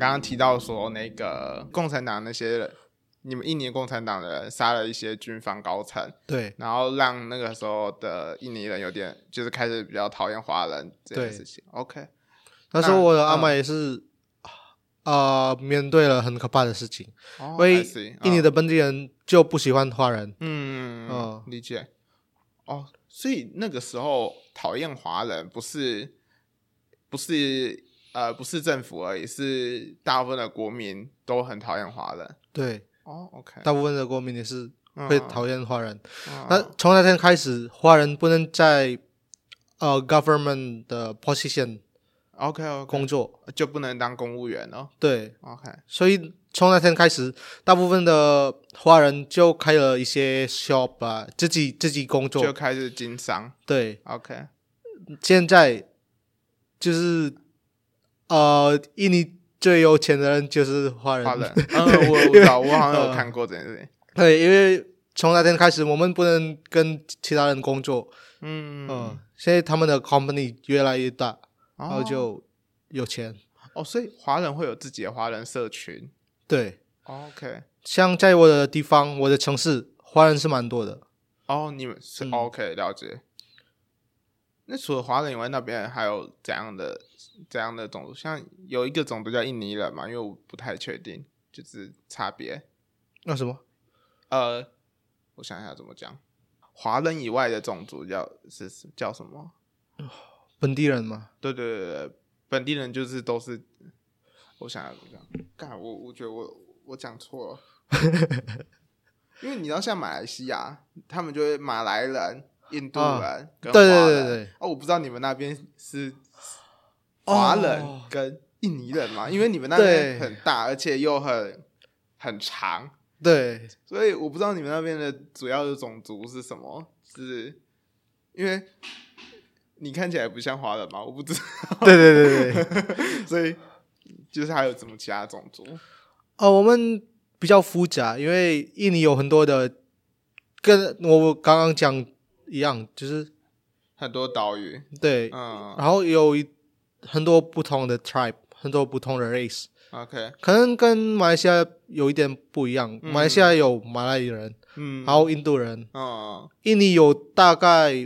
刚刚提到说那个共产党那些人，你们印尼共产党的人杀了一些军方高层， 对， 然后让那个时候的印尼人有点就是开始比较讨厌华人这件事情。OK， 那时候我的阿嬷也是面对了很可怕的事情，因为印尼的本地人就不喜欢华人。 理解。所以那个时候讨厌华人不是政府而已，是大部分的国民都很讨厌华人。 对 ，OK， 大部分的国民也是会讨厌华人。那从那天开始，华人不能在government 的 position OK 工作， 就不能当公务员了。 对 ，OK， 所以从那天开始，大部分的华人就开了一些 shop 啊，自己工作， 就开始经商。 对 ，OK， 现在就是印尼最有钱的人就是华人。 我知道，我好像有看过这件事情。 对，因为从那天开始，我们不能跟其他人工作。现在他们的 company 越来越大，然后就有钱。 所以华人会有自己的华人社群。 对 ，OK， 像在我的地方，我的城市，华人是蛮多的。 你们是OK， 了解。那除了华人以外，那边还有怎样的种族？像有一个种族叫印尼人嘛，因为我不太确定，就是差别。 那什么？ 我想一下怎么讲。华人以外的种族叫什么？ 本地人吗？ 对，本地人就是都是。我想要怎么讲？干，我觉得我讲错了。因为你知道，像马来西亚，他们就会马来人、印度人跟华人。 对。 我不知道你们那边是华人跟印尼人嘛？因为你们那边很大，而且又很长。 对， 所以我不知道你们那边的主要的种族是什么，是因为你看起来不像华人嘛，我不知道。 对， 所以就是还有什么其他种族？ 我们比较复杂，因为印尼有很多的，跟我刚刚讲一样，就是很多岛屿。 对，然后有很多不同的 tribe， 很多不同的 race。OK， 可能跟马来西亚有一点不一样。马来西亚有马来人，然后印度人，印尼有大概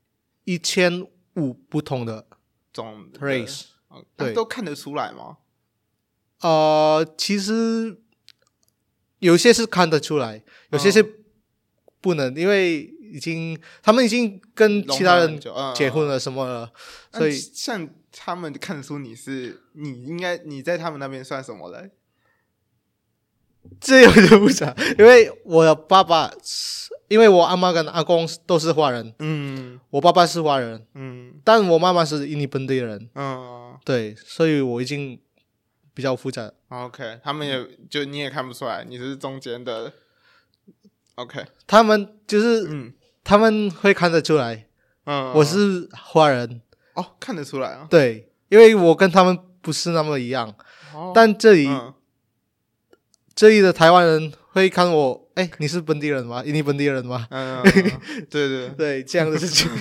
1500不同的种 race，对， 都看得出来吗？ 其实有些是看得出来，有些是不能，因为他们已经跟其他人结婚了什么了，所以像他们看得出你在他们那边算什么人？ 这有点复杂，因为我的爸爸，因为我阿妈跟阿公都是华人，我爸爸是华人，但我妈妈是印尼本地人，对，所以我已经比较复杂。 OK， 他们你也看不出来，你是中间的。OK， 他们就是他们会看得出来，我是华人。 看得出来啊。 对，因为我跟他们不是那么一样，但这里的台湾人会看我，你是本地人吗？印尼本地人吗？对，这样的事情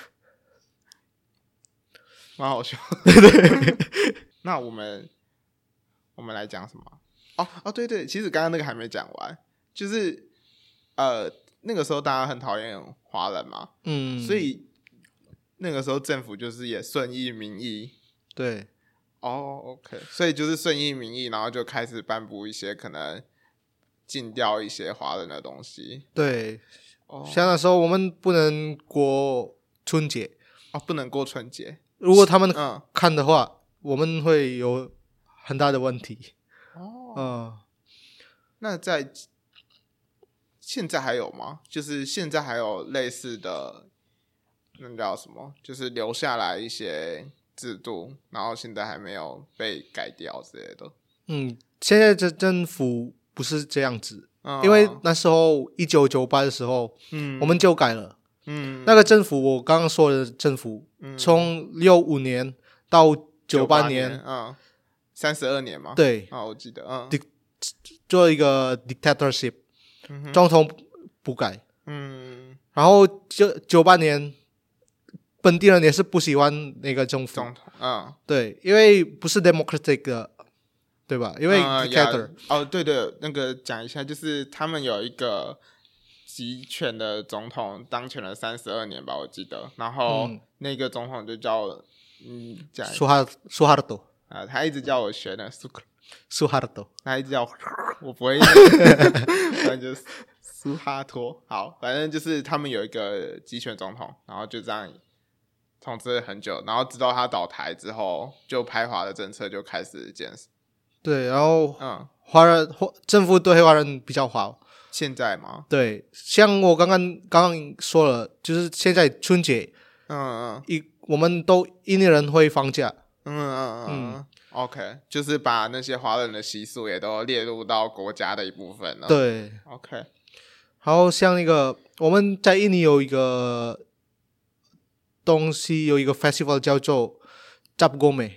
蛮好笑。那我们来讲什么？对，其实刚刚那个还没讲完，就是那个时候大家很讨厌华人嘛，所以那个时候政府就是也顺应民意。 对。 OK， 所以就是顺应民意，然后就开始颁布一些可能禁掉一些华人的东西。 对，像那时候我们不能过春节。 不能过春节。 如果他们看的话，我们会有很大的问题。 那在现在还有吗？就是现在还有类似的，那叫什么？就是留下来一些制度，然后现在还没有被改掉之类的。 现在的政府不是这样子，因为那时候1998的时候，我们就改了。那个政府，我刚刚说的政府，从65年到98年 ，32年嘛。 对， 我记得， 做一个 dictatorship，总统不改。然后98年。本地人也是不喜欢那个政府， 对， 因为不是 democratic 的， 对吧？因为 dictator 对对，那个讲一下，就是他们有一个集权的总统当权了32年吧，我记得，然后那个总统就叫讲苏哈多啊，他一直叫我学的苏哈多， 他一直叫我不会，反正就是苏哈托。好，反正就是他们有一个集权总统，然后就这样统治了很久，然后直到他倒台之后，就排华的政策就开始减少。 对，然后政府对华人比较好。 现在吗？ 对，像我刚刚说了，就是现在春节，我们都印尼人会放假。 OK， 就是把那些华人的习俗也都列入到国家的一部分了。 对 ，OK。 然后像那个我们在印尼有一个东西，有一个 festival 叫做 Cap Gome，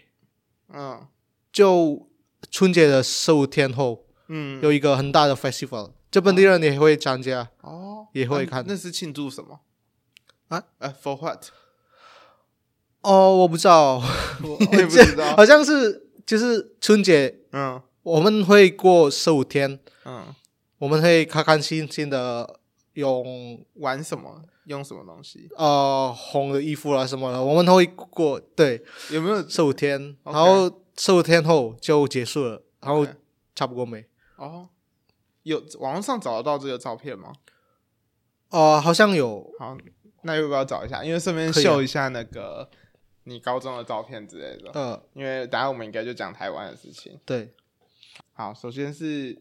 就春节的15天后，有一个很大的 festival， 这本地人也会参加，也会看。 那是庆祝什么啊？For what？ 我不知道， 我也不知道， 好像是就是春节，我们会过15天，我们会开开心心的玩什么，用什么东西？ 红的衣服啦什么的，我们会过。对， 有没有 15天？然后15天后就结束了，然后差不多没。 有网络上找得到这个照片吗？ 好像有。 好，那要不要找一下？因为顺便秀一下那个你高中的照片之类的。因为等下我们应该就讲台湾的事情。 对。 好，首先是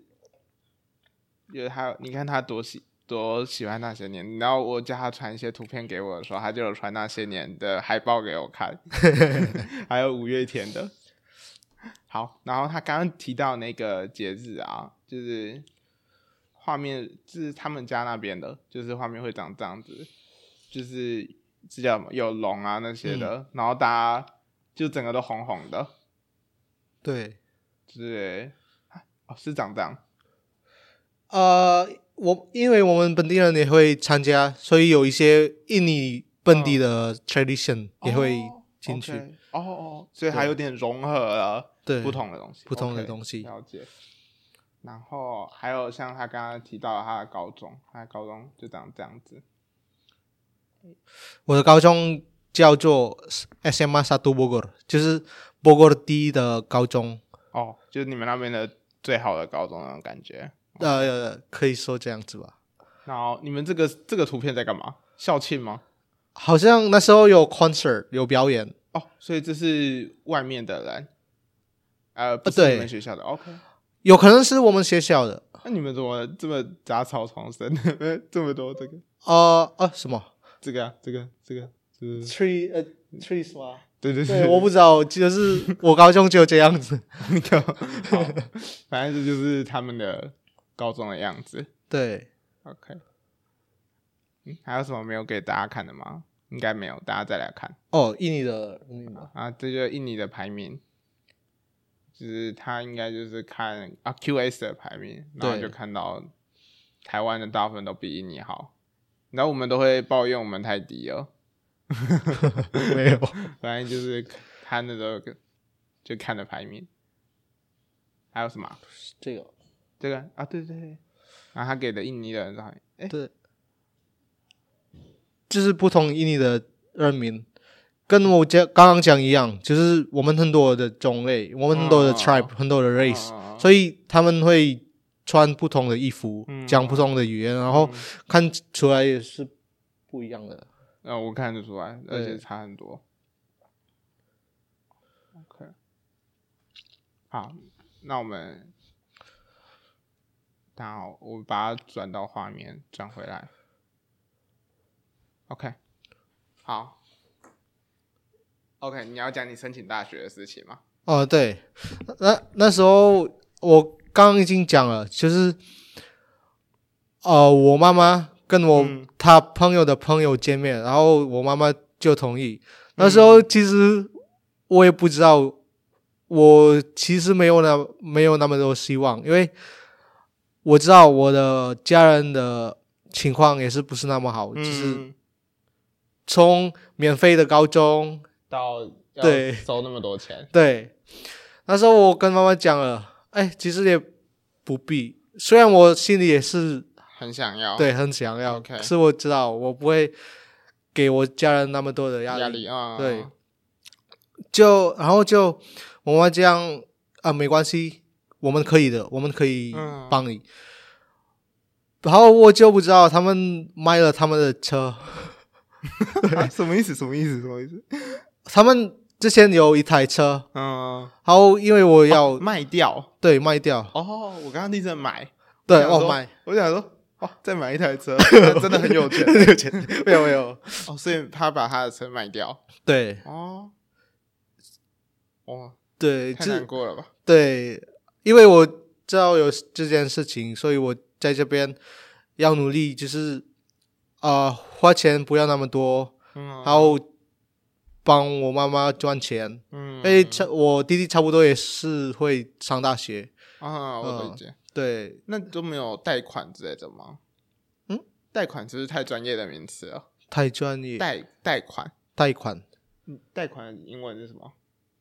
你看他多喜欢那些年，然后我叫他传一些图片给我的时候，他就有传那些年的海报给我看，还有五月天的。好，然后他刚刚提到那个节日啊，就是画面是他们家那边的，就是画面会长这样子，就是这叫什么有龙啊那些的，然后大家就整个都红红的。 对， 对，是长这样。 因为我们本地人也会参加，所以有一些印尼本地的 tradition 也会进去。 所以还有点融合了不同的东西。了解。然后还有像他刚刚提到他的高中就长这样子。 我的高中叫做 SMA 1 Bogor， 就是 Bogor 第一的高中。 就是你们那边的最好的高中那种感觉。 可以说这样子吧。 然后你们这个图片在干嘛？校庆吗？ 好像那时候有 concert 有表演。 所以这是外面的人，不是你们学校的。OK， 有可能是我们学校的。 那你们怎么这么杂草丛生？这么多这个？ 什么？ 这个是 trees 吗？ 对， 我不知道，就是我高中就这样子。 好，反正这就是他们的高中的样子。 对 ，OK。还有什么没有给大家看的吗？应该没有，大家再来看。 印尼的这就是印尼的排名，就是他应该就是看QS 的排名，然后就看到台湾的大部分都比印尼好，然后我们都会抱怨我们太低了。 没有， 反正就是看那个就看的排名。还有什么？ 这个对，然后他给的印尼人对，就是不同印尼的人民，跟我刚刚讲一样，就是我们很多的种类，我们很多的 tribe，很多的 race，所以他们会穿不同的衣服，讲不同的语言，然后看出来也是不一样的。 我看得出来，而且差很多。OK， 好，那我们我把它转到画面，转回来。OK， 好。OK， 你要讲你申请大学的事情吗？ 对，那时候我刚刚已经讲了，就是我妈妈跟他朋友的朋友见面，然后我妈妈就同意。那时候其实我也不知道，我其实没有那么多希望，因为我知道我的家人的情况也是不是那么好，就是从免费的高中到要收那么多钱。 对，那时候我跟妈妈讲了， 其实也不必，虽然我心里也是很想要， 对，很想要， okay. 可是我知道我不会给我家人那么多的压力啊， 对，然后我妈讲没关系，我们可以的，我们可以帮你。然后我就不知道他们卖了他们的车， 什么意思？ 他们之前有一台车，然后因为我要卖掉， 对，卖掉。 哦，我刚刚听成买， 对，买。 我想说，再买一台车，真的很有钱， 很有钱。没有。 所以他把他的车卖掉。 对。对， 太难过了吧？ 对，因为我知道有这件事情，所以我在这边要努力，就是花钱不要那么多，然后帮我妈妈赚钱。因为我弟弟差不多也是会上大学我理解。对，那都没有贷款之类的吗？贷款只是太专业的名词了。 太专业。 贷款。 贷款的英文是什么？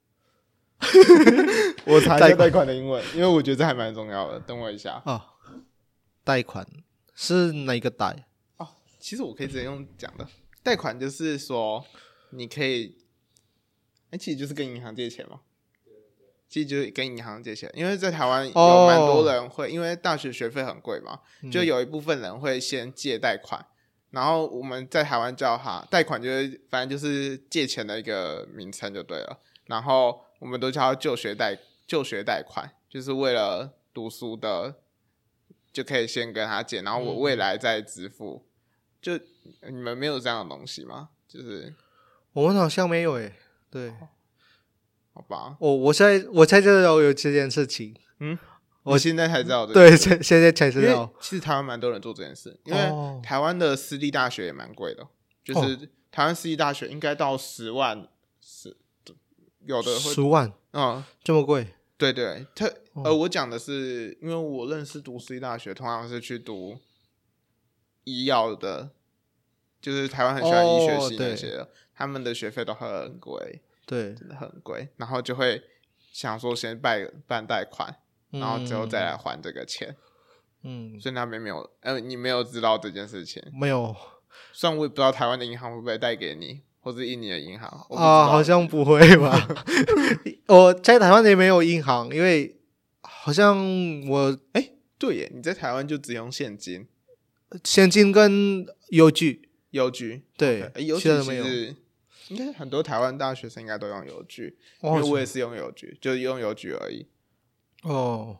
我查一下贷款的英文，因为我觉得这还蛮重要的。等我一下。 贷款是哪一个贷？ 其实我可以直接用讲的。贷款就是说，你可以，其实就是跟银行借钱嘛。其实就是跟银行借钱，因为在台湾有蛮多人会，因为大学学费很贵嘛，就有一部分人会先借贷款，然后我们在台湾叫它贷款，就是反正就是借钱的一个名称就对了。然后我们都叫它就学贷款，就是为了读书的，就可以先跟他借，然后我未来再支付。就你们没有这样的东西吗？就是我们好像没有诶，对。 好吧， 我才知道有这件事情。 我现在才知道。 对，现在才知道。 其实台湾蛮多人做这件事，因为台湾的私立大学也蛮贵的，就是台湾私立大学应该到10万，有的会 10万，这么贵？ 对，我讲的是，因为我认识读私立大学，通常是去读医药的，就是台湾很喜欢医学系那些的，他们的学费都很贵。 对， 真的很贵，然后就会想说先办贷款，然后之后再来还这个钱。所以那边没有，你没有知道这件事情？ 没有。 虽然我也不知道台湾的银行会不会贷给你，或是印尼的银行好像不会吧？我在台湾也没有银行，因为好像对耶，你在台湾就只用现金跟邮局，对， 邮局其实应该很多台湾大学生应该都用邮局，因为我也是用邮局，就是用邮局而已。我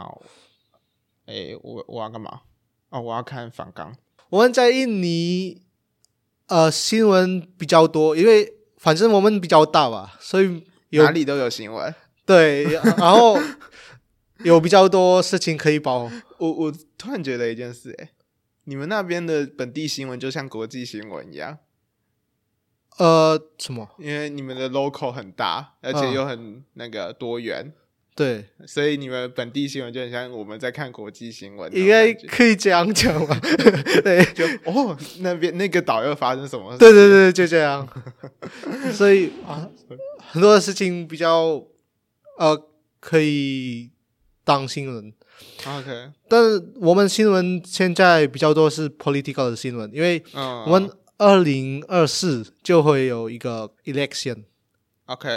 要干嘛？我要看访纲。 我们在印尼新闻比较多，因为反正我们比较大吧，所以哪里都有新闻。 对，然后有比较多事情可以报。 我突然觉得一件事，你们那边的本地新闻就像国际新闻一样。 什么？ 因为你们的 local 很大，而且又很那个多元， 对， 所以你们本地新闻就很像我们在看国际新闻， 应该可以这样讲吧？对， 就那边那个岛又发生什么事？ 对，就这样。所以很多的事情比较可以当新闻。 OK， 但我们新闻现在比较多是 political 的新闻，因为我们2024就会有一个 election。OK，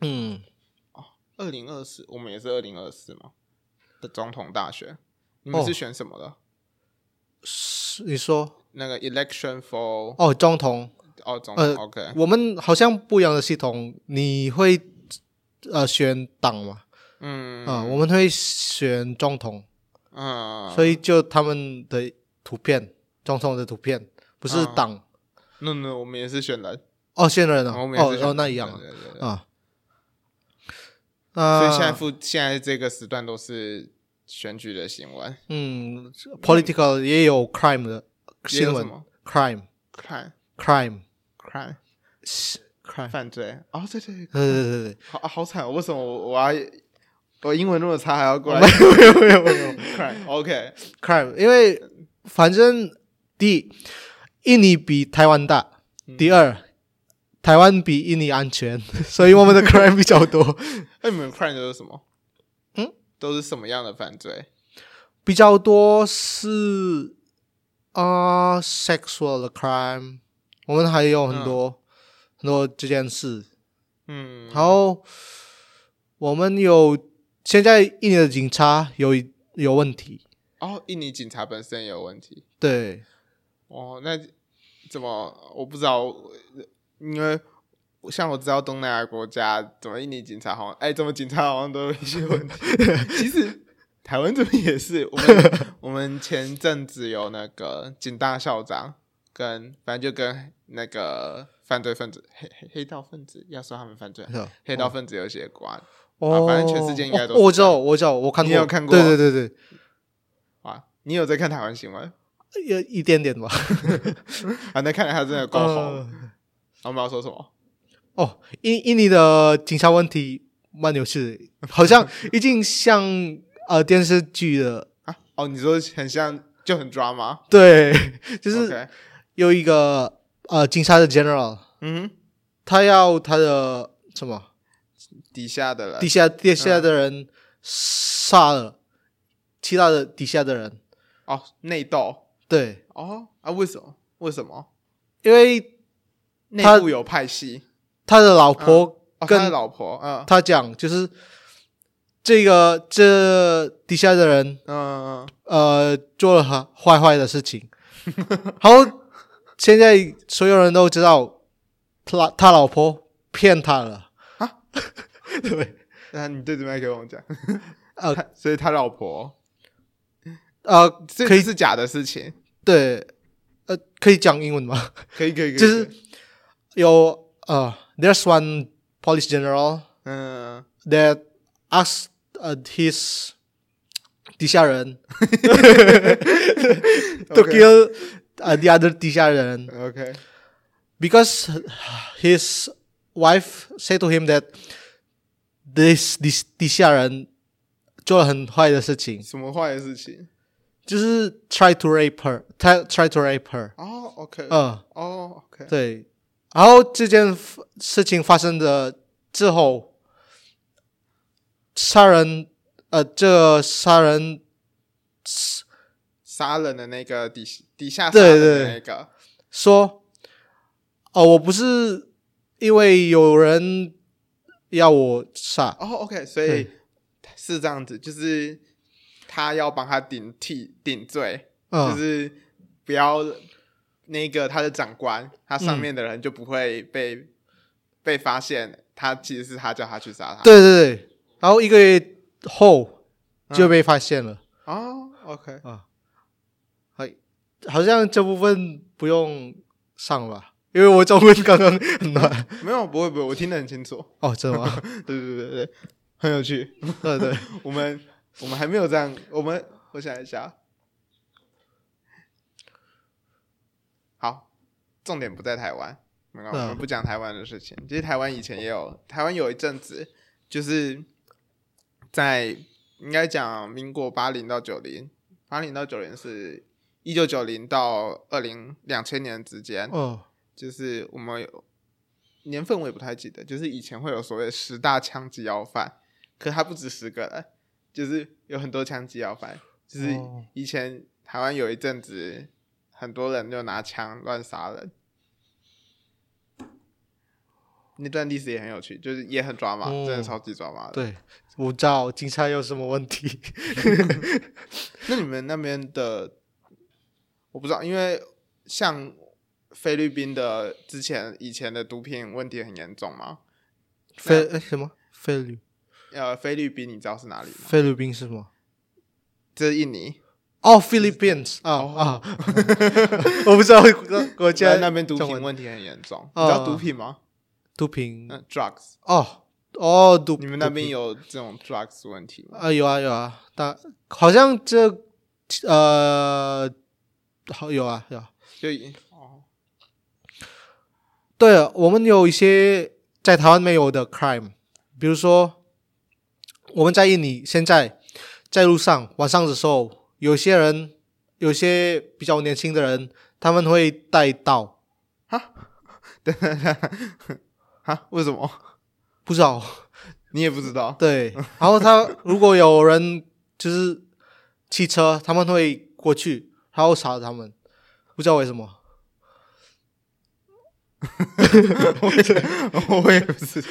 2024我们也是2024嘛的总统大选，你们是选什么的？ 你说那个 election for 总统总统OK， 我们好像不一样的系统，你会选党嘛？我们会选总统，所以就他们的图片，总统的图片，不是党。 No， 我们也是选人。 选人我们也是选人。 那一样所以现在这个时段都是选举的新闻。 political 也有 crime 的新闻。crime 犯罪。对，好惨！为什么我英文那么差还要过来？ 没有 crime OK crime， 因为反正第一，印尼比台湾大，第二，台湾比印尼安全，所以我们的 crime 比较多。 你们 crime 都是什么？ 都是什么样的犯罪？ 比较多是sexual crime， 我们还有很多、很多这件事。然后我们现在印尼的警察有问题。 印尼警察本身也有问题。 对。 那怎么我不知道？因为像我知道东南亚国家，怎么印尼警察好像，怎么警察好像都有一些问题。其实台湾这边也是，我们前阵子有那个警大校长反正就跟那个犯罪分子黑道分子，要说他们犯罪，黑道分子有些关。反正全世界应该都是。 我知道，我看过。 你有看过？ 对。 你有在看台湾新闻？ 有一点点吧。 那看来他真的够红。我们要说什么？ 印尼的警察问题蛮有趣的，好像已经像电视剧了。 你说很像，就很抓吗？ 对，就是有一个警察的 general， 他要他的什么底下的人， 底下的人杀了其他的底下的人。 内斗。 对。 为什么？ 因为内部有派系。 他的老婆跟他的老婆， 他讲就是这底下的人做了坏的事情。然后现在所有人都知道他老婆骗他了。对。 你对着麦克风讲。所以他老婆这是假的事情。 对。可以讲英文吗？ 可以。 就是有there's one police general that asked his 底下人to kill the other 底下人。 Okay. Because his wife said to him that this 底下人做了很坏的事情。 什么坏的事情？ 就是 try to rape her。 OK。OK。 对。然后这件事情发生的之后，杀人的那个底下杀人的那个说，我不是因为有人要我杀。 OK， 所以是这样子，就是他要帮他顶罪，就是不要那个他的长官，他上面的人就不会被发现，他其实是他叫他去杀他。 对。然后1个月后就被发现了。 OK。 好像这部分不用上吧，因为我中文刚刚很乱。 没有，不会，我听得很清楚。 真的吗？ 对，很有趣。 对。 我们还没有这样，我想一下。好，重点不在台湾，我们不讲台湾的事情。其实台湾以前也有，台湾有一阵子就是在应该讲民国80到90是1990到2000年之间。就是我们年份我也不太记得，就是以前会有所谓的10大枪击要犯，可他不止10个人，就是有很多枪击要犯。就是以前台湾有一阵子很多人就拿枪乱杀人，那段历史也很有趣，就是也很抓马，真的超级抓马的。 对，我知道警察有什么问题。 那你们那边的我不知道，因为像菲律宾的以前的毒品问题很严重吗？ 什么？菲律宾你知道是哪里吗？ 菲律宾是什么？ 这是印尼。 Philippines 我不知道国家那边毒品问题很严重。你知道毒品吗？ 毒品 drugs。你们那边有这种 drugs 问题吗？ 有啊，但好像有啊。对了，我们有一些在台湾没有的 crime， 比如说我们在印尼现在在路上晚上的时候，有些比较年轻的人，他们会带刀。 为什么？ 不知道， 你也不知道。 对，然后如果有人就是骑车，他们会过去，然后杀他们，不知道为什么。 我也不是，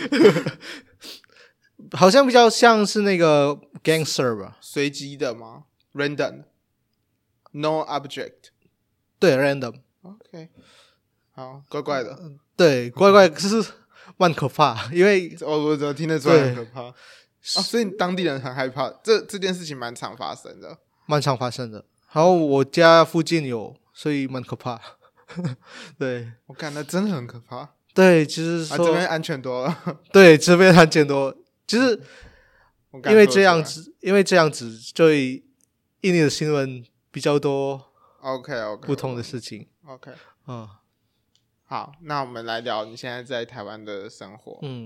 好像比较像是那个 gangster 吧， 随机的吗 ？Random， no object， 对 ，random。OK， 好，怪怪的， 对，怪怪是蛮可怕，因为我怎么听得出来很可怕？所以当地人很害怕，这件事情蛮常发生的， 蛮常发生的。然后我家附近有，所以蛮可怕。对， 我看那真的很可怕。 对，其实说这边安全多了。 对，这边安全多，就是因为这样子，所以印尼的新闻比较多。 OK， 不同的事情。 好，那我们来聊你现在在台湾的生活。